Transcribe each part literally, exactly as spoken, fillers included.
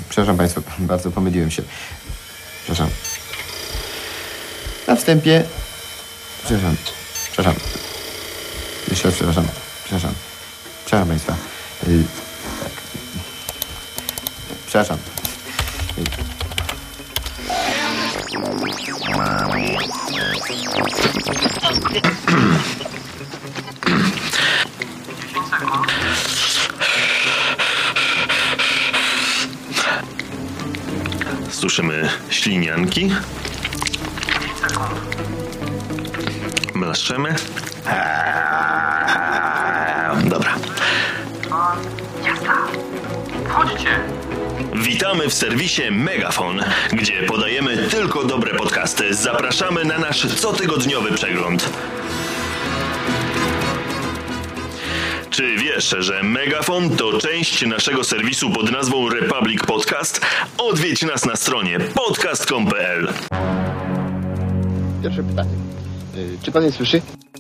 Przepraszam Państwa, bardzo pomyliłem się. Przepraszam. Na wstępie... Przepraszam. Przepraszam. Jeszcze raz przepraszam. Przepraszam. Przepraszam Państwa. Yy, tak. Przepraszam. Yy. Suszymy ślinianki. Mlaszczemy. Dobra. Wchodźcie. Witamy w serwisie Megafon, gdzie podajemy tylko dobre podcasty. Zapraszamy na nasz cotygodniowy przegląd. Czy wiesz, że Megafon to część naszego serwisu pod nazwą Republic Podcast? Odwiedź nas na stronie podcast kropka com kropka p l. Pierwsze pytanie. Czy Pan mnie słyszy?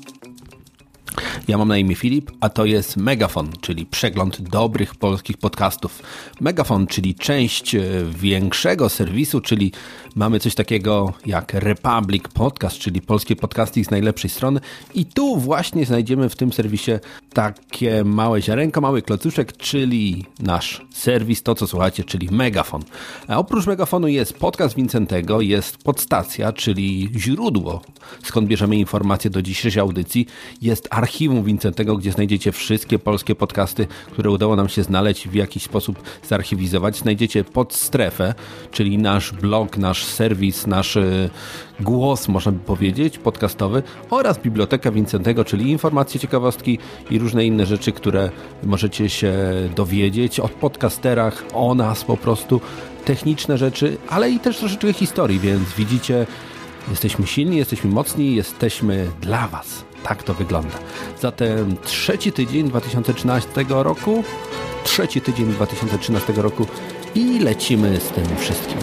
Ja mam na imię Filip, a to jest Megafon, czyli przegląd dobrych polskich podcastów. Megafon, czyli część większego serwisu, czyli mamy coś takiego jak Republic Podcast, czyli polskie podcasty z najlepszej strony. I tu właśnie znajdziemy w tym serwisie takie małe ziarenko, mały klocuszek, czyli nasz serwis, to co słuchacie, czyli Megafon. A oprócz Megafonu jest podcast Wincentego, jest podstacja, czyli źródło, skąd bierzemy informacje do dzisiejszej audycji. Jest archiwum Wincentego, gdzie znajdziecie wszystkie polskie podcasty, które udało nam się znaleźć, w jakiś sposób zarchiwizować. Znajdziecie podstrefę, czyli nasz blog, nasz serwis, nasz głos, można by powiedzieć, podcastowy, oraz bibliotekę Wincentego, czyli informacje, ciekawostki i różne inne rzeczy, które możecie się dowiedzieć o podcasterach, o nas po prostu, techniczne rzeczy, ale i też troszeczkę historii, więc widzicie, jesteśmy silni, jesteśmy mocni, jesteśmy dla Was. Tak to wygląda. Zatem trzeci tydzień dwa tysiące trzynastego roku, trzeci tydzień dwa tysiące trzynastego roku i lecimy z tym wszystkim.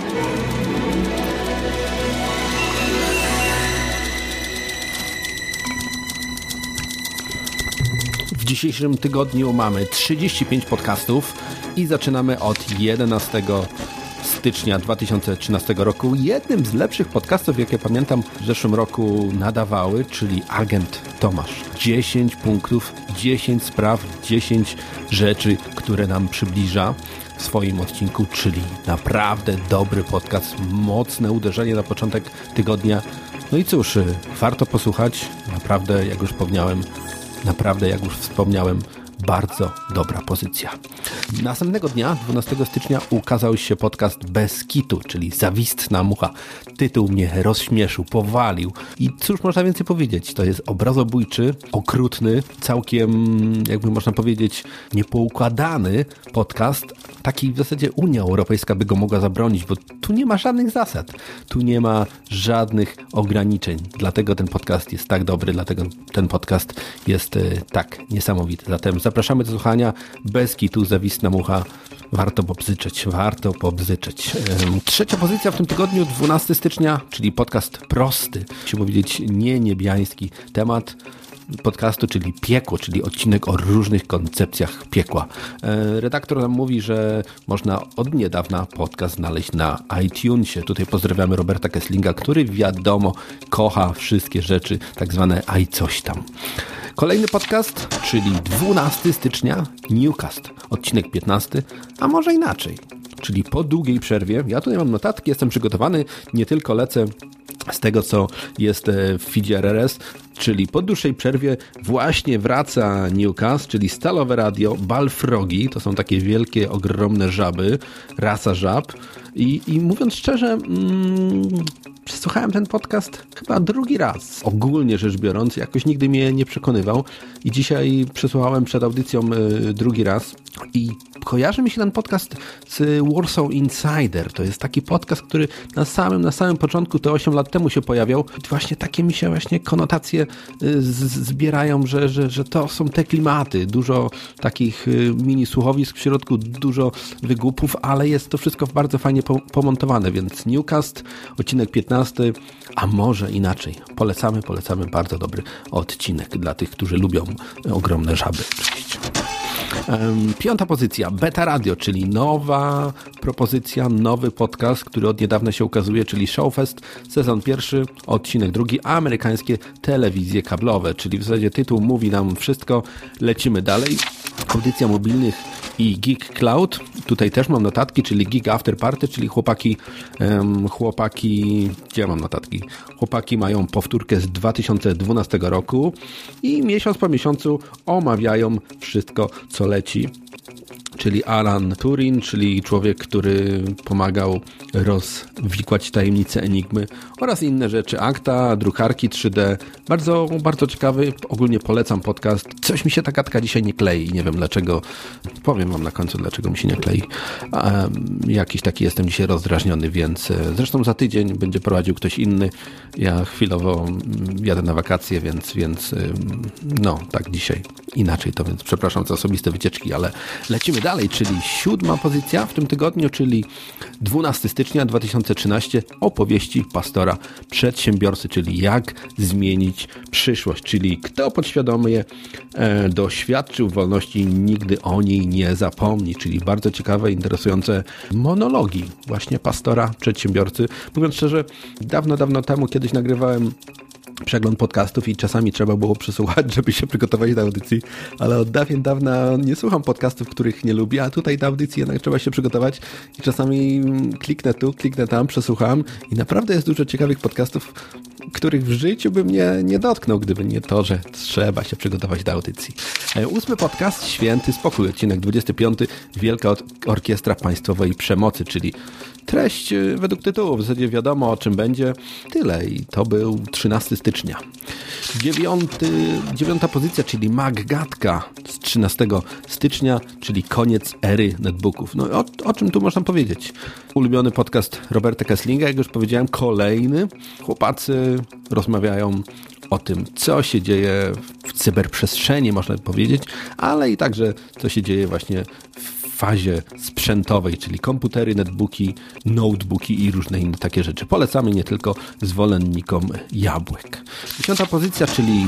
W dzisiejszym tygodniu mamy trzydzieści pięć podcastów i zaczynamy od jedenastego stycznia dwa tysiące trzynastego roku. Jednym z lepszych podcastów, jakie pamiętam w zeszłym roku nadawały, czyli Agent Tomasz. dziesięć punktów, dziesięć spraw, dziesięć rzeczy, które nam przybliża w swoim odcinku, czyli naprawdę dobry podcast, mocne uderzenie na początek tygodnia. No i cóż, warto posłuchać. Naprawdę, jak już wspomniałem, naprawdę, jak już wspomniałem, bardzo dobra pozycja. Następnego dnia, dwunastego stycznia, ukazał się podcast Bez Kitu, czyli Zawistna Mucha. Tytuł mnie rozśmieszył, powalił. I cóż można więcej powiedzieć? To jest obrazobójczy, okrutny, całkiem, jakby można powiedzieć, niepoukładany podcast. Taki w zasadzie Unia Europejska by go mogła zabronić, bo tu nie ma żadnych zasad. Tu nie ma żadnych ograniczeń. Dlatego ten podcast jest tak dobry, dlatego ten podcast jest y, tak niesamowity. Zatem zapraszamy do słuchania. Bez Kitu, Zawistna Mucha. Warto pobzyczeć, warto pobzyczeć. Trzecia pozycja w tym tygodniu, dwunastego stycznia, czyli podcast prosty, chciałbym powiedzieć nie niebiański temat podcastu, czyli piekło, czyli odcinek o różnych koncepcjach piekła. Redaktor nam mówi, że można od niedawna podcast znaleźć na iTunesie. Tutaj pozdrawiamy Roberta Kesslinga, który wiadomo kocha wszystkie rzeczy, tak zwane i coś tam. Kolejny podcast, czyli dwunastego stycznia, Newcast, odcinek piętnasty, a może inaczej, czyli po długiej przerwie. Ja tutaj mam notatki, jestem przygotowany, nie tylko lecę z tego, co jest w feedzie R R S, czyli po dłuższej przerwie właśnie wraca Newcast, czyli stalowe radio, balfrogi, to są takie wielkie, ogromne żaby, rasa żab i, i mówiąc szczerze, mm, przesłuchałem ten podcast chyba drugi raz. Ogólnie rzecz biorąc, jakoś nigdy mnie nie przekonywał i dzisiaj przesłuchałem przed audycją y, drugi raz i kojarzy mi się ten podcast z Warsaw Insider. To jest taki podcast, który na samym, na samym początku, to osiem lat temu się pojawiał. I właśnie takie mi się właśnie konotacje z, zbierają, że, że, że to są te klimaty. Dużo takich mini słuchowisk w środku, dużo wygłupów, ale jest to wszystko bardzo fajnie po, pomontowane, więc Newcast, odcinek piętnasty, a może inaczej. Polecamy, polecamy, bardzo dobry odcinek dla tych, którzy lubią ogromne żaby. Oczywiście. Piąta pozycja, Beta Radio, czyli nowa propozycja, nowy podcast, który od niedawna się ukazuje, czyli Showfest, sezon pierwszy, odcinek drugi, amerykańskie telewizje kablowe, czyli w zasadzie tytuł mówi nam wszystko. Lecimy dalej. Audycja mobilnych i Geek Cloud. Tutaj też mam notatki, czyli Geek After Party, czyli chłopaki, um, chłopaki, gdzie mam notatki? Chłopaki mają powtórkę z dwa tysiące dwunastego roku i miesiąc po miesiącu omawiają wszystko, co leci. Czyli Alan Turing, czyli człowiek, który pomagał rozwikłać tajemnice Enigmy oraz inne rzeczy. Akta, drukarki trzy D. Bardzo, bardzo ciekawy. Ogólnie polecam podcast. Coś mi się ta gadka dzisiaj nie klei. Nie wiem dlaczego. Powiem wam na końcu, dlaczego mi się nie klei. Um, jakiś taki jestem dzisiaj rozdrażniony, więc zresztą za tydzień będzie prowadził ktoś inny. Ja chwilowo jadę na wakacje, więc, więc no, tak dzisiaj inaczej to, więc przepraszam za osobiste wycieczki, ale lecimy dalej, czyli siódma pozycja w tym tygodniu, czyli dwunastego stycznia dwa tysiące trzynastego, opowieści pastora przedsiębiorcy, czyli jak zmienić przyszłość, czyli kto podświadomie e, doświadczył wolności, nigdy o niej nie zapomni, czyli bardzo ciekawe, interesujące monologi właśnie pastora przedsiębiorcy. Mówiąc szczerze, dawno, dawno temu kiedyś nagrywałem przegląd podcastów i czasami trzeba było przesłuchać, żeby się przygotować do audycji, ale od dawien dawna nie słucham podcastów, których nie lubię, a tutaj do audycji jednak trzeba się przygotować i czasami kliknę tu, kliknę tam, przesłucham i naprawdę jest dużo ciekawych podcastów, których w życiu bym nie, nie dotknął, gdyby nie to, że trzeba się przygotować do audycji. Ósmy podcast, Święty Spokój, odcinek dwudziesty piąty, Wielka Orkiestra Państwowej Przemocy, czyli treść według tytułu, w zasadzie wiadomo o czym będzie. Tyle i to był trzynastego stycznia. Dziewiąty, dziewiąta pozycja, czyli Maggatka z trzynastego stycznia, czyli koniec ery netbooków. No o, o czym tu można powiedzieć? Ulubiony podcast Roberta Kesslinga, jak już powiedziałem, kolejny. Chłopacy rozmawiają o tym, co się dzieje w cyberprzestrzeni, można powiedzieć, ale i także, co się dzieje właśnie w fazie sprzętowej, czyli komputery, netbooki, notebooki i różne inne takie rzeczy. Polecamy nie tylko zwolennikom jabłek. Dziesiąta pozycja, czyli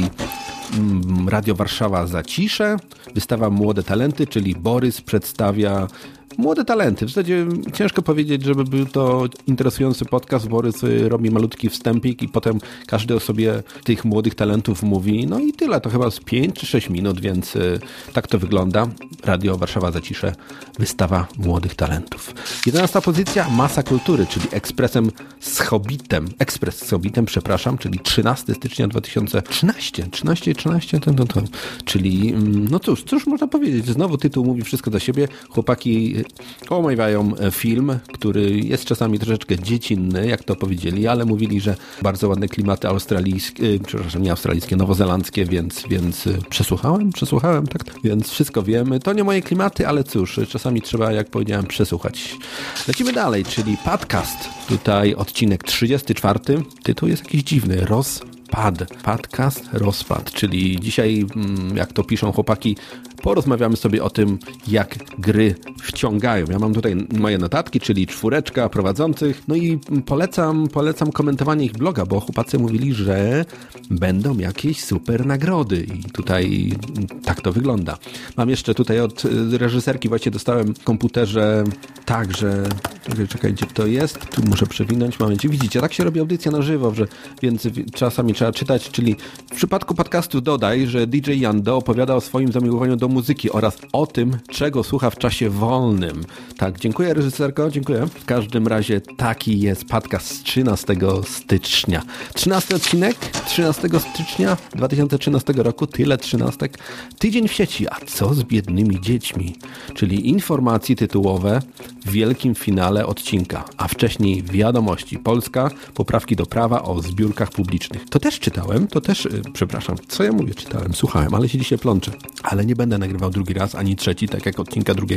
Radio Warszawa Zacisze, wystawa Młode Talenty, czyli Borys przedstawia młode talenty. W zasadzie ciężko powiedzieć, żeby był to interesujący podcast. Borys robi malutki wstępik i potem każdy o sobie tych młodych talentów mówi. No i tyle. To chyba z pięć czy sześć minut, więc tak to wygląda. Radio Warszawa Zacisze, wystawa młodych talentów. jedenasta pozycja, Masa Kultury, czyli Ekspresem z Hobbitem. Ekspres z Hobbitem, przepraszam, czyli trzynastego stycznia dwa tysiące trzynastego. trzynaście, trzynaście, to, to, to. Czyli, no cóż, cóż można powiedzieć. Znowu tytuł mówi wszystko za siebie. Chłopaki omawiają film, który jest czasami troszeczkę dziecinny, jak to powiedzieli, ale mówili, że bardzo ładne klimaty australijskie, przepraszam, nie australijskie, nowozelandzkie, więc, więc przesłuchałem, przesłuchałem, tak, więc wszystko wiemy. To nie moje klimaty, ale cóż, czasami trzeba, jak powiedziałem, przesłuchać. Lecimy dalej, czyli podcast. Tutaj odcinek trzydziesty czwarty. Tytuł jest jakiś dziwny. Roz... Pad, podcast, rozpad, czyli dzisiaj, jak to piszą chłopaki, porozmawiamy sobie o tym, jak gry wciągają. Ja mam tutaj moje notatki, czyli czwóreczka prowadzących, no i polecam, polecam komentowanie ich bloga, bo chłopacy mówili, że będą jakieś super nagrody i tutaj tak to wygląda. Mam jeszcze tutaj od reżyserki, właśnie dostałem w komputerze także, czekajcie, to jest, tu muszę przewinąć, momencie, widzicie, tak się robi audycja na żywo, że, więc czasami trzeba czytać, czyli w przypadku podcastu dodaj, że D J Jando opowiada o swoim zamiłowaniu do muzyki oraz o tym, czego słucha w czasie wolnym. Tak, dziękuję reżyserko, dziękuję. W każdym razie taki jest podcast z trzynastego stycznia. trzynasty odcinek, trzynastego stycznia dwa tysiące trzynastego roku, tyle trzynastek. Tydzień w sieci, a co z biednymi dziećmi? Czyli informacje tytułowe w wielkim finale odcinka, a wcześniej wiadomości. Polska, poprawki do prawa o zbiórkach publicznych. To też czytałem, to też, yy, przepraszam, co ja mówię, czytałem, słuchałem, ale się dzisiaj plączę. Ale nie będę nagrywał drugi raz, ani trzeci, tak jak odcinka drugiego,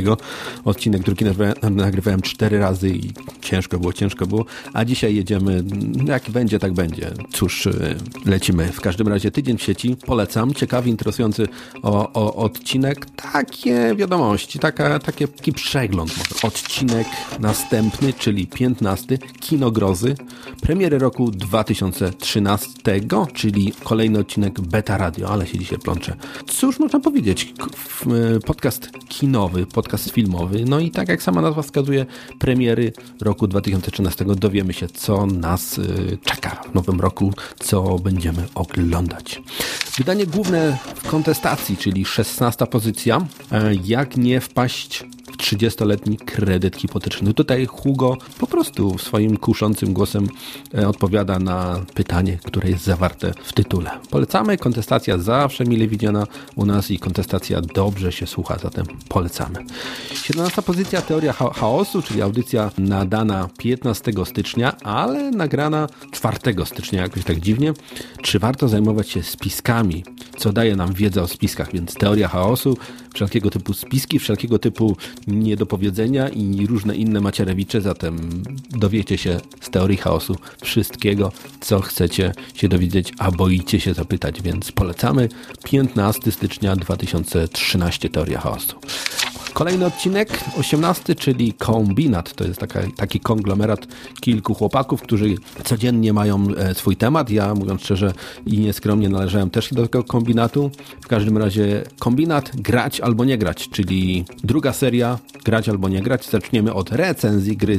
odcinek drugi nagrywałem cztery razy i ciężko było, ciężko było, a dzisiaj jedziemy, jak będzie, tak będzie. Cóż, lecimy. W każdym razie tydzień w sieci, polecam, ciekawy, interesujący o, o, odcinek, takie wiadomości, taka, takie, taki przegląd. Odcinek następny, czyli piętnasty, Kinogrozy, premiery roku dwa tysiące trzynastego, czyli kolejny odcinek Beta Radio, ale się dzisiaj plączę. Cóż można powiedzieć? Podcast kinowy, podcast filmowy, no i tak jak sama nazwa wskazuje, premiery roku dwa tysiące trzynastego. Dowiemy się, co nas czeka w nowym roku, co będziemy oglądać. Wydanie główne w kontestacji, czyli szesnasta pozycja. Jak nie wpaść w trzydziestoletni kredyt hipoteczny. Tutaj Hugo po prostu swoim kuszącym głosem odpowiada na pytanie, które jest zawarte w tytule. Polecamy, kontestacja zawsze mile widziana u nas i kontestacja dobrze się słucha, zatem polecamy. siedemnasta pozycja, Teoria cha- chaosu, czyli audycja nadana piętnastego stycznia, ale nagrana czwartego stycznia, jakoś tak dziwnie. Czy warto zajmować się spiskami? Co daje nam wiedzę o spiskach, więc Teoria chaosu, wszelkiego typu spiski, wszelkiego typu niedopowiedzenia i różne inne macierewicze, zatem dowiecie się z Teorii chaosu wszystkiego, co chcecie się dowiedzieć, a boicie się zapytać, więc polecamy. piętnastego stycznia dwa tysiące trzynastego, Teoria chaosu. Kolejny odcinek, osiemnasty, czyli Kombinat. To jest taka, taki konglomerat kilku chłopaków, którzy codziennie mają e, swój temat. Ja, mówiąc szczerze i nieskromnie, należałem też do tego kombinatu. W każdym razie Kombinat, grać albo nie grać, czyli druga seria, grać albo nie grać. Zaczniemy od recenzji gry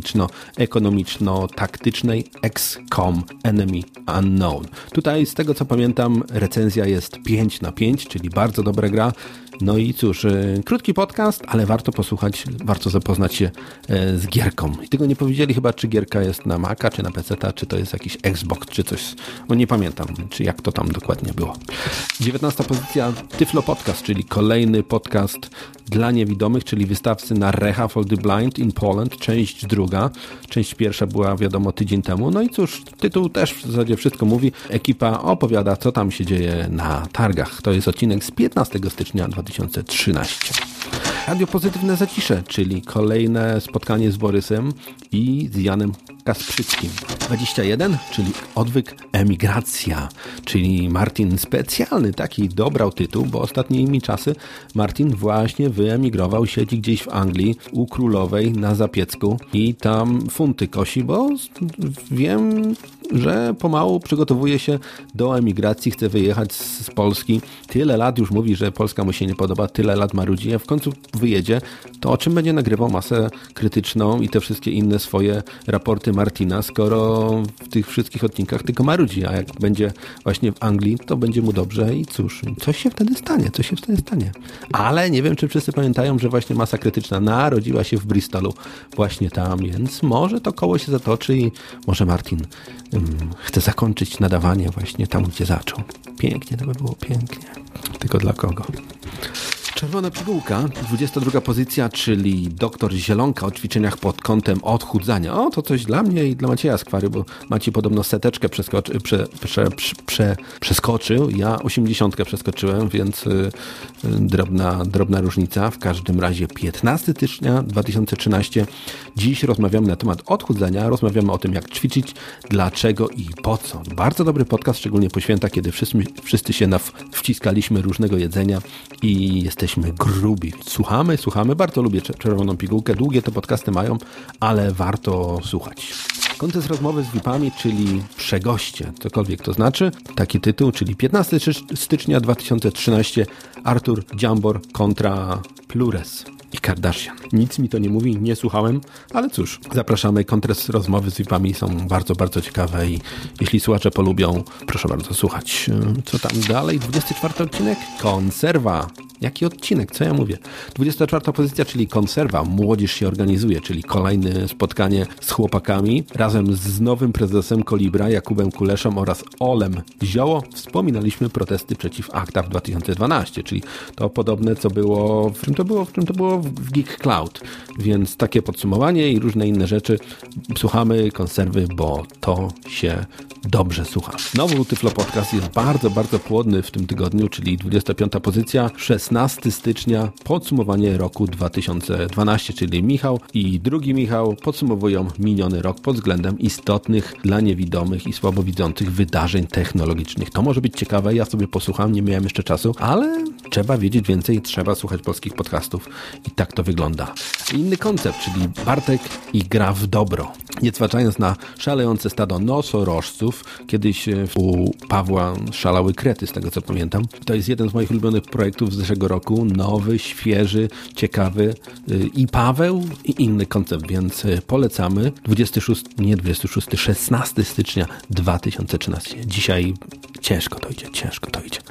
strategiczno-ekonomiczno-taktycznej X COM Enemy Unknown. Tutaj, z tego co pamiętam, recenzja jest pięć na pięć, czyli bardzo dobra gra. No i cóż, e, krótki podcast, ale warto posłuchać, warto zapoznać się e, z gierką. I tego nie powiedzieli chyba, czy gierka jest na Maca, czy na peceta, czy to jest jakiś Xbox, czy coś. No nie pamiętam, czy jak to tam dokładnie było. dziewiętnasta pozycja, Tyflo Podcast, czyli kolejny podcast dla niewidomych, czyli wystawcy na Reha for the Blind in Poland, część druga. Część pierwsza była, wiadomo, tydzień temu. No i cóż, tytuł też w zasadzie wszystko mówi. Ekipa opowiada, co tam się dzieje na targach. To jest odcinek z piętnastego stycznia dwa tysiące trzynastego. Radio Pozytywne Zacisze, czyli kolejne spotkanie z Borysem i z Janem Kasprzyckim. dwadzieścia jeden, czyli Odwyk Emigracja, czyli Martin specjalny, taki dobrał tytuł, bo ostatnimi czasy Martin właśnie wyemigrował, siedzi gdzieś w Anglii u królowej na Zapiecku i tam funty kosi, bo wiem, że pomału przygotowuje się do emigracji, chce wyjechać z Polski. Tyle lat już mówi, że Polska mu się nie podoba, tyle lat marudzi, a w końcu wyjedzie, to o czym będzie nagrywał masę krytyczną i te wszystkie inne swoje raporty Martina, skoro w tych wszystkich odcinkach tylko marudzi, a jak będzie właśnie w Anglii, to będzie mu dobrze i cóż, coś się wtedy stanie, coś się wtedy stanie. Ale nie wiem, czy wszyscy pamiętają, że właśnie masa krytyczna narodziła się w Bristolu, właśnie tam, więc może to koło się zatoczy i może Martin um, chce zakończyć nadawanie właśnie tam, gdzie zaczął. Pięknie, to by było pięknie. Tylko dla kogo? Czerwona pigułka, dwudziesta druga pozycja, czyli doktor Zielonka o ćwiczeniach pod kątem odchudzania. O, to coś dla mnie i dla Macieja Skwary, bo Maciej podobno seteczkę przeskoczy, prze, prze, prze, prze, przeskoczył, ja osiemdziesiątkę przeskoczyłem, więc y, drobna, drobna różnica. W każdym razie piętnastego stycznia dwa tysiące trzynastego. Dziś rozmawiamy na temat odchudzania, rozmawiamy o tym, jak ćwiczyć, dlaczego i po co. Bardzo dobry podcast, szczególnie po świętach, kiedy wszyscy, wszyscy się na wciskaliśmy różnego jedzenia i jesteśmy grubi. Słuchamy, słuchamy. Bardzo lubię Czerwoną pigułkę. Długie te podcasty mają, ale warto słuchać. Kontest rozmowy z V I P-ami, czyli przegoście, cokolwiek to znaczy. Taki tytuł, czyli piętnastego stycznia dwa tysiące trzynastego. Artur Dziambor kontra Plures i Kardashian. Nic mi to nie mówi, nie słuchałem, ale cóż, zapraszamy. Kontest rozmowy z V I P-ami są bardzo, bardzo ciekawe i jeśli słuchacze polubią, proszę bardzo słuchać. Co tam dalej? dwudziesty czwarty odcinek? Konserwa. Jaki odcinek? Co ja mówię? dwudziesta czwarta pozycja, czyli Konserwa. Młodzież się organizuje, czyli kolejne spotkanie z chłopakami. Razem z nowym prezesem Kolibra, Jakubem Kuleszem oraz Olem Zioło wspominaliśmy protesty przeciw ACTA w dwa tysiące dwunastym, czyli to podobne, co było, w czym to było, w czym to było w Geek Cloud. Więc takie podsumowanie i różne inne rzeczy. Słuchamy Konserwy, bo to się dobrze słucha. Znowu Tyflo Podcast jest bardzo, bardzo płodny w tym tygodniu, czyli dwudziesta piąta pozycja, szesnasta szesnastego stycznia, podsumowanie roku dwa tysiące dwunastego, czyli Michał i drugi Michał podsumowują miniony rok pod względem istotnych dla niewidomych i słabowidzących wydarzeń technologicznych. To może być ciekawe, ja sobie posłucham, nie miałem jeszcze czasu, ale trzeba wiedzieć więcej, trzeba słuchać polskich podcastów i tak to wygląda. Inny koncept, czyli Bartek i gra w dobro. Nie zważając na szalejące stado nosorożców, kiedyś u Pawła szalały krety, z tego co pamiętam. To jest jeden z moich ulubionych projektów z zeszłego roku. Nowy, świeży, ciekawy i Paweł i inny koncept, więc polecamy. dwudziestego szóstego, nie dwudziestego szóstego, szesnastego stycznia dwa tysiące trzynastego. Dzisiaj ciężko to idzie, ciężko to idzie.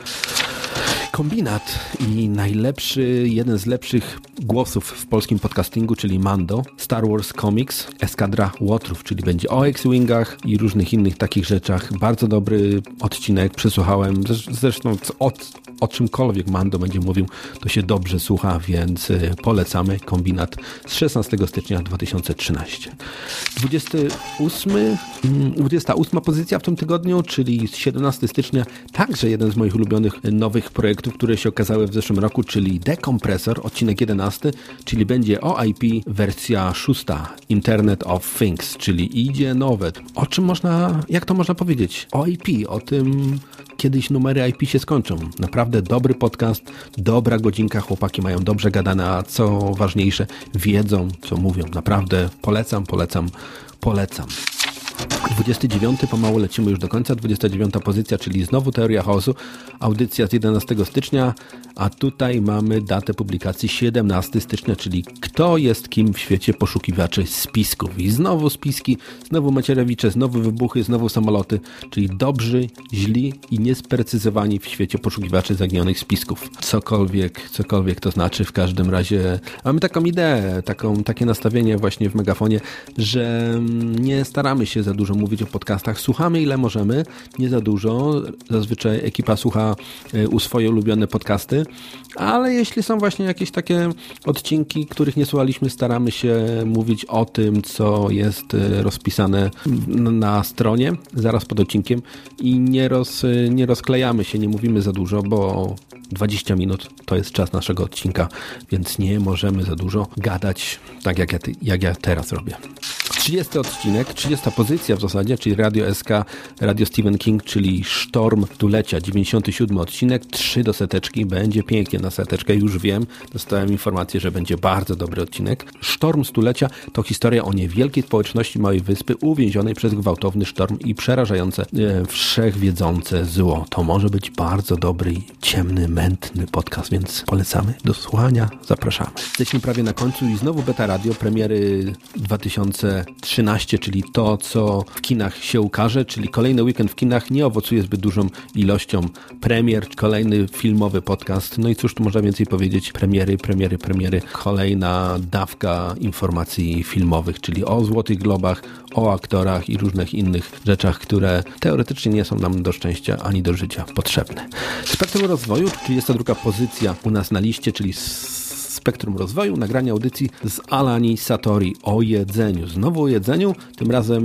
Kombinat i najlepszy, jeden z lepszych głosów w polskim podcastingu, czyli Mando, Star Wars Comics, Eskadra Łotrów, czyli będzie o X-Wingach i różnych innych takich rzeczach. Bardzo dobry odcinek, przesłuchałem. Zresztą o, o czymkolwiek Mando będzie mówił, to się dobrze słucha, więc polecamy. Kombinat z szesnastego stycznia dwa tysiące trzynastego. dwudziesty ósmy, dwudziesta ósma pozycja w tym tygodniu, czyli siedemnastego stycznia, także jeden z moich ulubionych nowych projektów, które się okazały w zeszłym roku, czyli Dekompresor, odcinek jedenasty, czyli będzie o I P wersja szósta, Internet of Things, czyli idzie nowe. O czym można, jak to można powiedzieć? O I P, o tym kiedyś numery I P się skończą. Naprawdę dobry podcast, dobra godzinka, chłopaki mają dobrze gadane, a co ważniejsze, wiedzą, co mówią. Naprawdę polecam, polecam, polecam. dwudziesty dziewiąty, pomału lecimy już do końca, dwudziesta dziewiąta pozycja, czyli znowu Teoria Chaosu, audycja z jedenastego stycznia, a tutaj mamy datę publikacji siedemnastego stycznia, czyli kto jest kim w świecie poszukiwaczy spisków. I znowu spiski, znowu Macierewicze, znowu wybuchy, znowu samoloty, czyli dobrzy, źli i niesprecyzowani w świecie poszukiwaczy zaginionych spisków. Cokolwiek, cokolwiek to znaczy, w każdym razie mamy taką ideę, taką, takie nastawienie właśnie w Megafonie, że nie staramy się za dużo mówić o podcastach. Słuchamy ile możemy, nie za dużo. Zazwyczaj ekipa słucha u swoje ulubione podcasty, ale jeśli są właśnie jakieś takie odcinki, których nie słuchaliśmy, staramy się mówić o tym, co jest rozpisane na stronie, zaraz pod odcinkiem i nie, roz, nie rozklejamy się, nie mówimy za dużo, bo dwadzieścia minut to jest czas naszego odcinka, więc nie możemy za dużo gadać, tak jak ja, jak ja teraz robię. trzydziesty odcinek, trzydziesta pozycja w zasadzie, czyli Radio S K, Radio Stephen King, czyli Sztorm Stulecia, dziewięćdziesiąty siódmy odcinek, trzy do seteczki, będzie pięknie na seteczkę, już wiem, dostałem informację, że będzie bardzo dobry odcinek. Sztorm Stulecia to historia o niewielkiej społeczności małej wyspy uwięzionej przez gwałtowny sztorm i przerażające, e, wszechwiedzące zło. To może być bardzo dobry, ciemny, mętny podcast, więc polecamy do słuchania, zapraszamy. Jesteśmy prawie na końcu i znowu Beta Radio, premiery dwa tysiące trzynaście, czyli to, co w kinach się ukaże, czyli kolejny weekend w kinach nie owocuje zbyt dużą ilością premier, kolejny filmowy podcast, no i cóż tu można więcej powiedzieć, premiery, premiery, premiery, kolejna dawka informacji filmowych, czyli o Złotych Globach, o aktorach i różnych innych rzeczach, które teoretycznie nie są nam do szczęścia ani do życia potrzebne. Spektrum Rozwoju, trzydziesta druga pozycja u nas na liście, czyli Spektrum Rozwoju, nagranie audycji z Alani Satori o jedzeniu. Znowu o jedzeniu, tym razem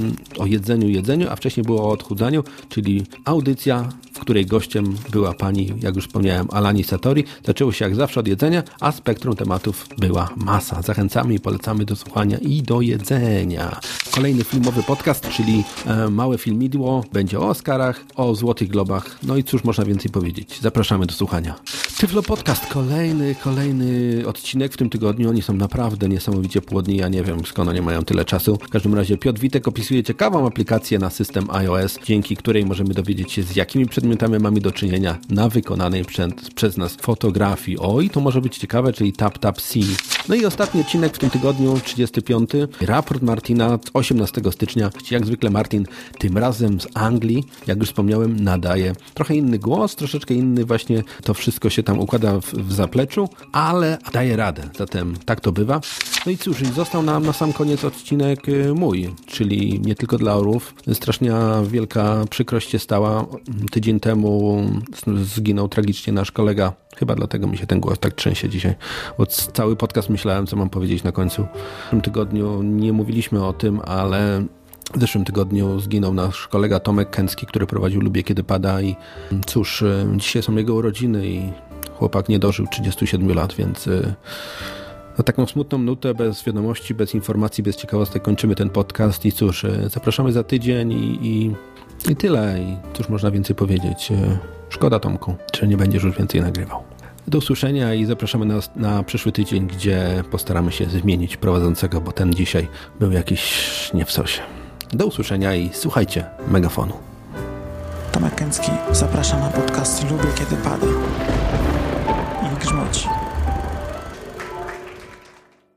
o jedzeniu, jedzeniu, a wcześniej było o odchudzaniu, czyli audycja, w której gościem była pani, jak już wspomniałem, Alani Satori. Zaczęło się jak zawsze od jedzenia, a spektrum tematów była masa. Zachęcamy i polecamy do słuchania i do jedzenia. Kolejny filmowy podcast, czyli e, Małe Filmidło, będzie o Oscarach, o Złotych Globach, no i cóż można więcej powiedzieć. Zapraszamy do słuchania. Tyflo Podcast, kolejny, kolejny odcinek w tym tygodniu. Oni są naprawdę niesamowicie płodni. Ja nie wiem, skąd oni mają tyle czasu. W każdym razie Piotr Witek opisuje ciekawą aplikację na system iOS, dzięki której możemy dowiedzieć się, z jakimi przedmiotami mamy do czynienia na wykonanej przez, przez nas fotografii. Oj, to może być ciekawe, czyli Tap Tap See. No i ostatni odcinek w tym tygodniu, trzydziesty piąty. Raport Martina, osiemnastego stycznia. Jak zwykle Martin, tym razem z Anglii, jak już wspomniałem, nadaje trochę inny głos, troszeczkę inny właśnie to wszystko się tam układa w, w zapleczu, ale daje radę, zatem tak to bywa. No i cóż, został nam na sam koniec odcinek mój, czyli nie tylko dla orłów. Strasznie wielka przykrość się stała. Tydzień temu zginął tragicznie nasz kolega. Chyba dlatego mi się ten głos tak trzęsie dzisiaj, bo cały podcast myślałem, co mam powiedzieć na końcu. W tym tygodniu nie mówiliśmy o tym, ale w zeszłym tygodniu zginął nasz kolega Tomek Kęcki, który prowadził Lubię Kiedy Pada i cóż, dzisiaj są jego urodziny i chłopak nie dożył trzydziestu siedmiu lat, więc na taką smutną nutę, bez wiadomości, bez informacji, bez ciekawostek kończymy ten podcast i cóż, zapraszamy za tydzień i, i, i tyle. I cóż można więcej powiedzieć. Szkoda, Tomku, że nie będziesz już więcej nagrywał. Do usłyszenia i zapraszamy na, na przyszły tydzień, gdzie postaramy się zmienić prowadzącego, bo ten dzisiaj był jakiś nie w sosie. Do usłyszenia i słuchajcie Megafonu. Tomek Kęcki zaprasza na podcast Lubię Kiedy Pada i Grzmoci.